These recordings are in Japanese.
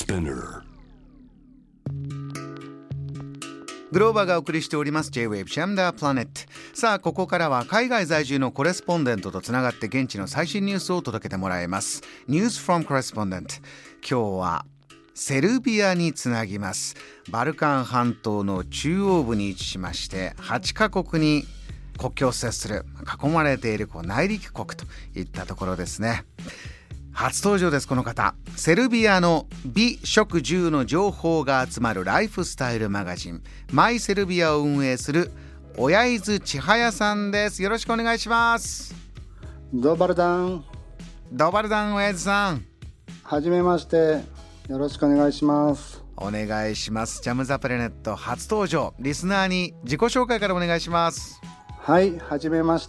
Spinner。 グローバーがお送りしております J-Wave Jam the Planet。 さあここからは海外在住のコレスポンデントとつながって現地の最新ニュースを届けてもらいます。 News from Correspondent。 今日はセルビアにつなぎます。バルカン半島の中央部に位置しまして8カ国に国境を接する囲まれている内陸国といったところですね。初登場です。この方、セルビアの美食住の情報が集まるライフスタイルマガジンマイセルビアを運営する親伊豆千早さんです。よろしくお願いします。 ドバルダン。 ドバルダン、親伊豆さん。 はじめまして。よろしくお願いします。 お願いします。ジャムザプラネット初登場、リスナーに自己紹介からお願いします。 はい、はじめまして。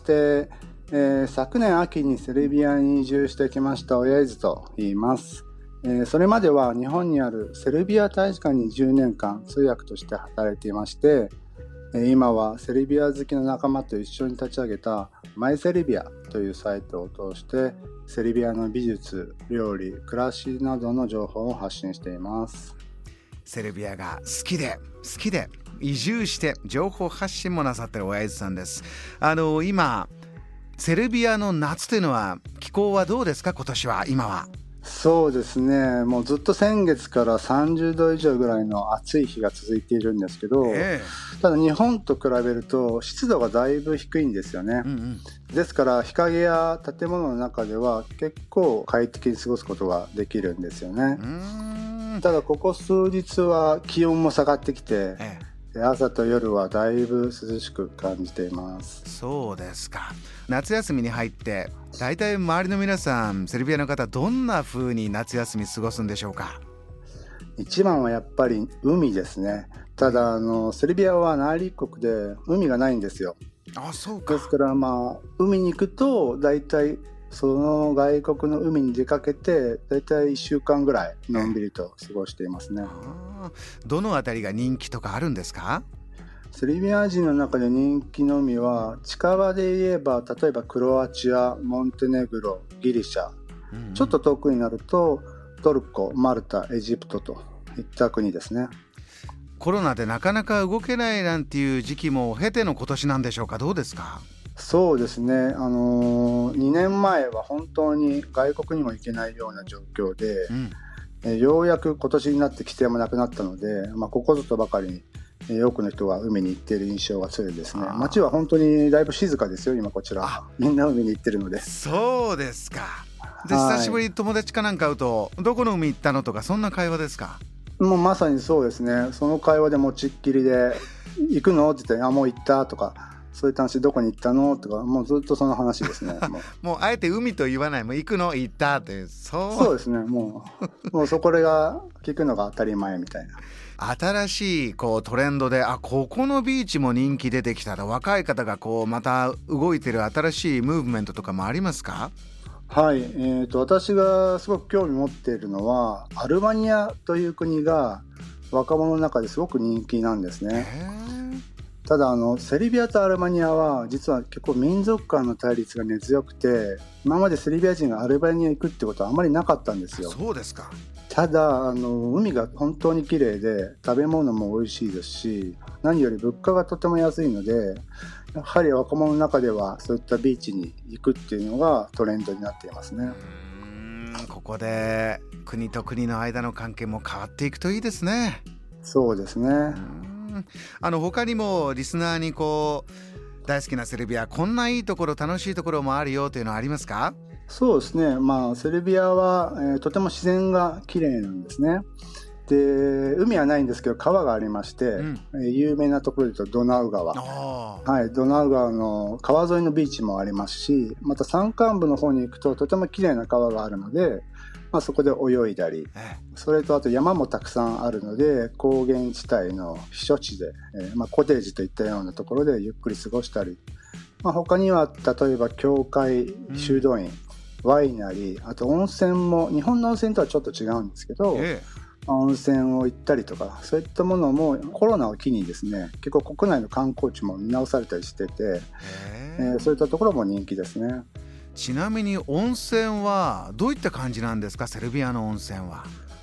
昨年秋にセルビアに移住してきました親伊豆と言います。それまでは日本にあるセルビア大使館に10年間通訳として働いていまして、今はセルビア好きの仲間と一緒に立ち上げたマイセルビアというサイトを通してセルビアの美術、料理、暮らしなどの情報を発信しています。 セルビアが好きで移住して情報発信もなさっている親伊豆さんです。今セルビアの夏というのは気候はどうですか？今年は今は。 そうですね、もうずっと先月から30度以上ぐらいの暑い日が続いているんですけど、ただ日本と比べると湿度がだいぶ低いんですよね、ですから日陰や建物の中では結構快適に過ごすことができるんですよね。ただここ数日は気温も下がってきて、朝と夜はだいぶ涼しく感じています。 そうですか。夏休みに入ってだいたい周りの皆さん、セルビアの方どんな風に夏休み過ごすんでしょうか？ 一番はやっぱり海ですね。ただセルビアは内陸国で海がないんですよ。 あ、そうか。 ですから海に行くとだいたいその外国の海に出かけてだいたい1週間ぐらいのんびりと過ごしていますね。 どのあたりが人気とかあるんですか？ セルビア人の中で人気の海は近場で言えば例えばクロアチア、モンテネグロ、ギリシャ、ちょっと遠くになるとトルコ、マルタ、エジプトといった国ですね。 コロナでなかなか動けないなんていう時期も経ての今年なんでしょうか？どうですか？ そうですね、2年前は本当に外国にも行けないような状況で、ようやく今年になって規制もなくなったので、ここぞとばかりに多くの人が海に行っている印象が強いですね。街は本当にだいぶ静かですよ。今こちらみんな海に行ってるので。 そうですか。で、久しぶりに友達かなんか会うとどこの海行ったのとかそんな会話ですか？ もうまさにそうですね。その会話で持ちっきりで行くのって言ってもう行ったとか、そういう話、どこに行ったのとか、もうずっとその話ですね。 もうあえて海と言わない、もう行くの行ったって。 そうですね。もうそこが聞くのが当たり前みたいな。 新しいトレンドで、ここのビーチも人気出てきたら、若い方がまた動いてる新しいムーブメントとかもありますか？ はい、私がすごく興味持っているのはアルバニアという国が若者の中ですごく人気なんですね。ただセルビアとアルバニアは実は結構民族間の対立が根強くて、今までセルビア人がアルバニアに行くってことはあまりなかったんですよ。 そうですか。 ただ海が本当に綺麗で食べ物も美味しいですし、何より物価がとても安いので、やはり若者の中ではそういったビーチに行くっていうのがトレンドになっていますね。 ここで国と国の間の関係も変わっていくといいですね。 そうですね。 他にもリスナーに大好きなセルビア、こんないいところ楽しいところもあるよというのはありますか？ そうですね、セルビアは、とても自然が綺麗なんですね。で、海はないんですけど川がありまして、有名なところで言うとドナウ川、ドナウ川の川沿いのビーチもありますし、また山間部の方に行くととても綺麗な川があるので、そこで泳いだり、それとあと山もたくさんあるので高原地帯の避暑地で、コテージといったようなところでゆっくり過ごしたり、他には例えば教会、修道院、ワイナリー、あと温泉も日本の温泉とはちょっと違うんですけど、温泉を行ったりとか、そういったものもコロナを機にですね、結構国内の観光地も見直されたりしてて、そういったところも人気ですね。 ちなみに温泉はどういった感じなんですか？セルビアの温泉は。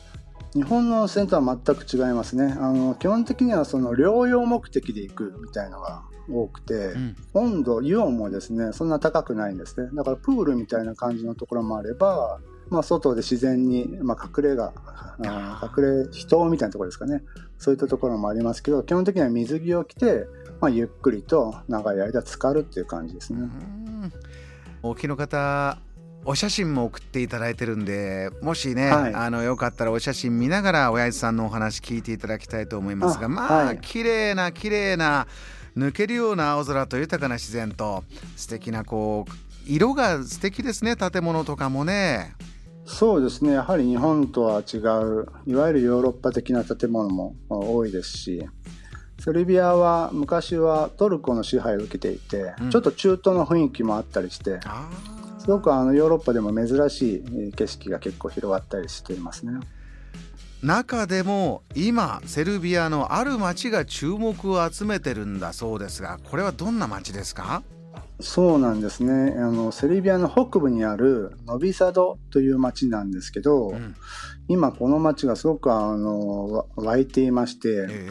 日本の温泉とは全く違いますね。基本的にはその療養目的で行くみたいのが多くて、温度、油温もですね、そんな高くないんですね。だからプールみたいな感じのところもあれば、外で自然に、隠れ秘湯みたいなところですかね。そういったところもありますけど、基本的には水着を着て、ゆっくりと長い間浸かるっていう感じですね。 お聞きの方、お写真も送っていただいてるんで、もしね、よかったらお写真見ながら親父さんのお話聞いていただきたいと思いますが、綺麗な抜けるような青空と豊かな自然と素敵な色が素敵ですね。建物とかもね。 そうですね、やはり日本とは違ういわゆるヨーロッパ的な建物も多いですし、セルビアは昔はトルコの支配を受けていて、ちょっと中東の雰囲気もあったりして、すごくヨーロッパでも珍しい景色が結構広がったりしていますね。 中でも今セルビアのある町が注目を集めてるんだそうですが、これはどんな町ですか？ そうなんですね。セルビアの北部にあるノビサドという町なんですけど、今この町がすごく湧いていまして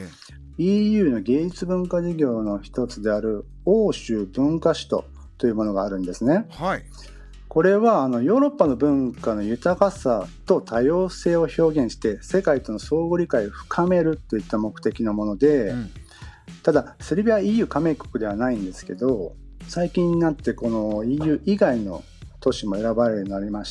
、EU の芸術文化事業の一つである欧州文化首都というものがあるんですね。これはヨーロッパの文化の豊かさと多様性を表現して世界との相互理解を深めるといった目的のもので、ただセルビアは EU 加盟国ではないんですけど、最近になってこの EU 以外の都市も選ばれるようになりまして、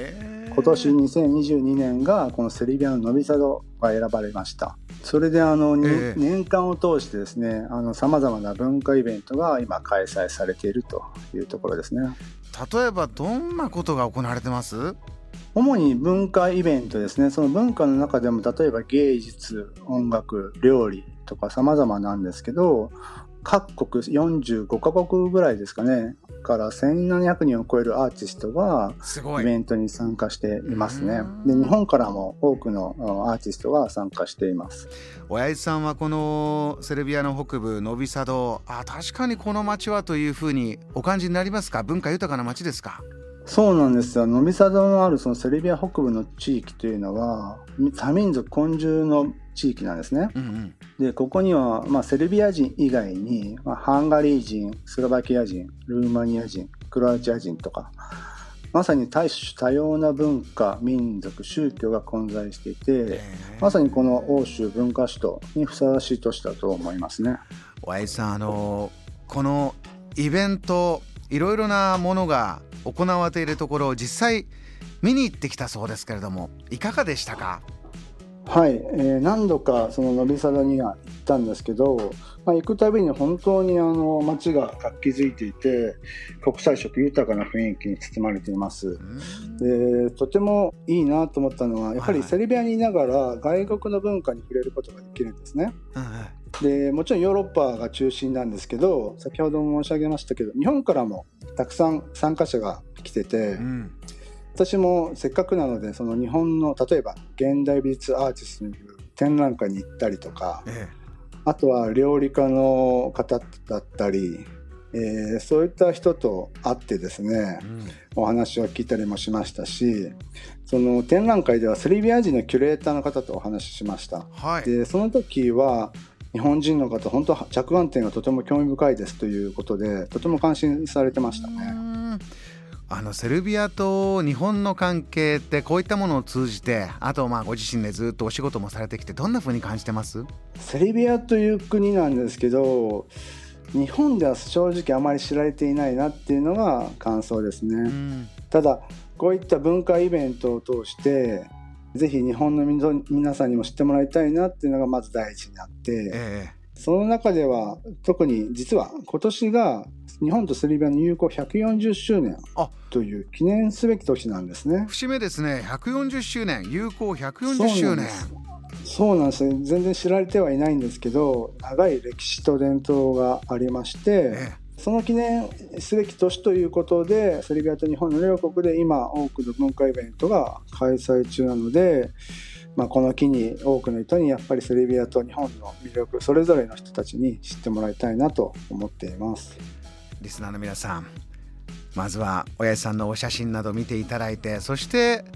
今年2022年がこのセルビアのノビサドが選ばれました。それで年間を通してですね、さまざまな文化イベントが今開催されているというところですね。 例えばどんなことが行われてます？ 主に文化イベントですね。その文化の中でも例えば芸術、音楽、料理とか様々なんですけど、各国45カ国ぐらいですかねから1700人を超えるアーティストがイベントに参加していますね。で、日本からも多くのアーティストが参加しています。 親父さんはこのセルビアの北部ノビサド、確かにこの街はというふうにお感じになりますか？文化豊かな街ですか？ そうなんですよ。ノビサドのあるそのセルビア北部の地域というのは多民族混住の地域なんですね。で、ここには、セルビア人以外に、ハンガリー人、スロバキア人、ルーマニア人、クロアチア人とか、まさに多種多様な文化、民族、宗教が混在していて、まさにこの欧州文化首都にふさわしい都市だと思いますね。 親父さん、このイベント、いろいろなものが行われているところを実際見に行ってきたそうですけれども、いかがでしたか？ はい、何度かそのノビサドには行ったんですけど、行くたびに本当に街が活気づいていて、国際色豊かな雰囲気に包まれています。で、とてもいいなと思ったのは、やはりセルビアにいながら外国の文化に触れることができるんですね。で、もちろんヨーロッパが中心なんですけど、先ほども申し上げましたけど、日本からもたくさん参加者が来てて、私もせっかくなのでその日本の例えば現代美術アーティストによる展覧会に行ったりとか、あとは料理家の方だったり、そういった人と会ってですね、お話を聞いたりもしましたし、その展覧会ではセルビア人のキュレーターの方とお話ししました。で、その時は日本人の方、本当着眼点がとても興味深いですということで、とても感心されてましたね。 セルビアと日本の関係ってこういったものを通じて、あとご自身でずっとお仕事もされてきて、どんな風に感じてます？ セルビアという国なんですけど、日本では正直あまり知られていないなっていうのが感想ですね。ただこういった文化イベントを通してぜひ日本の皆さんにも知ってもらいたいなっていうのがまず第一にあって、その中では特に実は今年が日本とセルビアの友好140周年という記念すべき年なんですね。 節目ですね。140周年、友好140周年。 そうなんです。全然知られてはいないんですけど、長い歴史と伝統がありまして、その記念すべき年ということで、セルビアと日本の両国で今多くの文化イベントが開催中なので、この機に多くの人にやっぱりセルビアと日本の魅力、それぞれの人たちに知ってもらいたいなと思っています。 リスナーの皆さん、まずは親父さんのお写真など見ていただいて、そして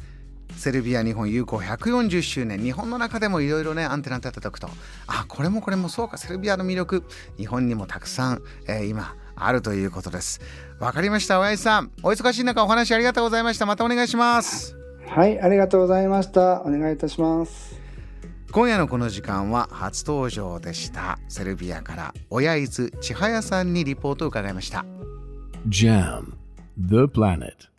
セルビア日本友好140周年、日本の中でもいろいろねアンテナ立てておくと、これもそうか、セルビアの魅力日本にもたくさん、今あるということです。わかりました。親父さん、お忙しい中お話ありがとうございました。またお願いします。 はい、ありがとうございました。お願いいたします。 今夜のこの時間は初登場でした。セルビアから親伊豆千早さんにリポートを伺いました。 JAM The Planet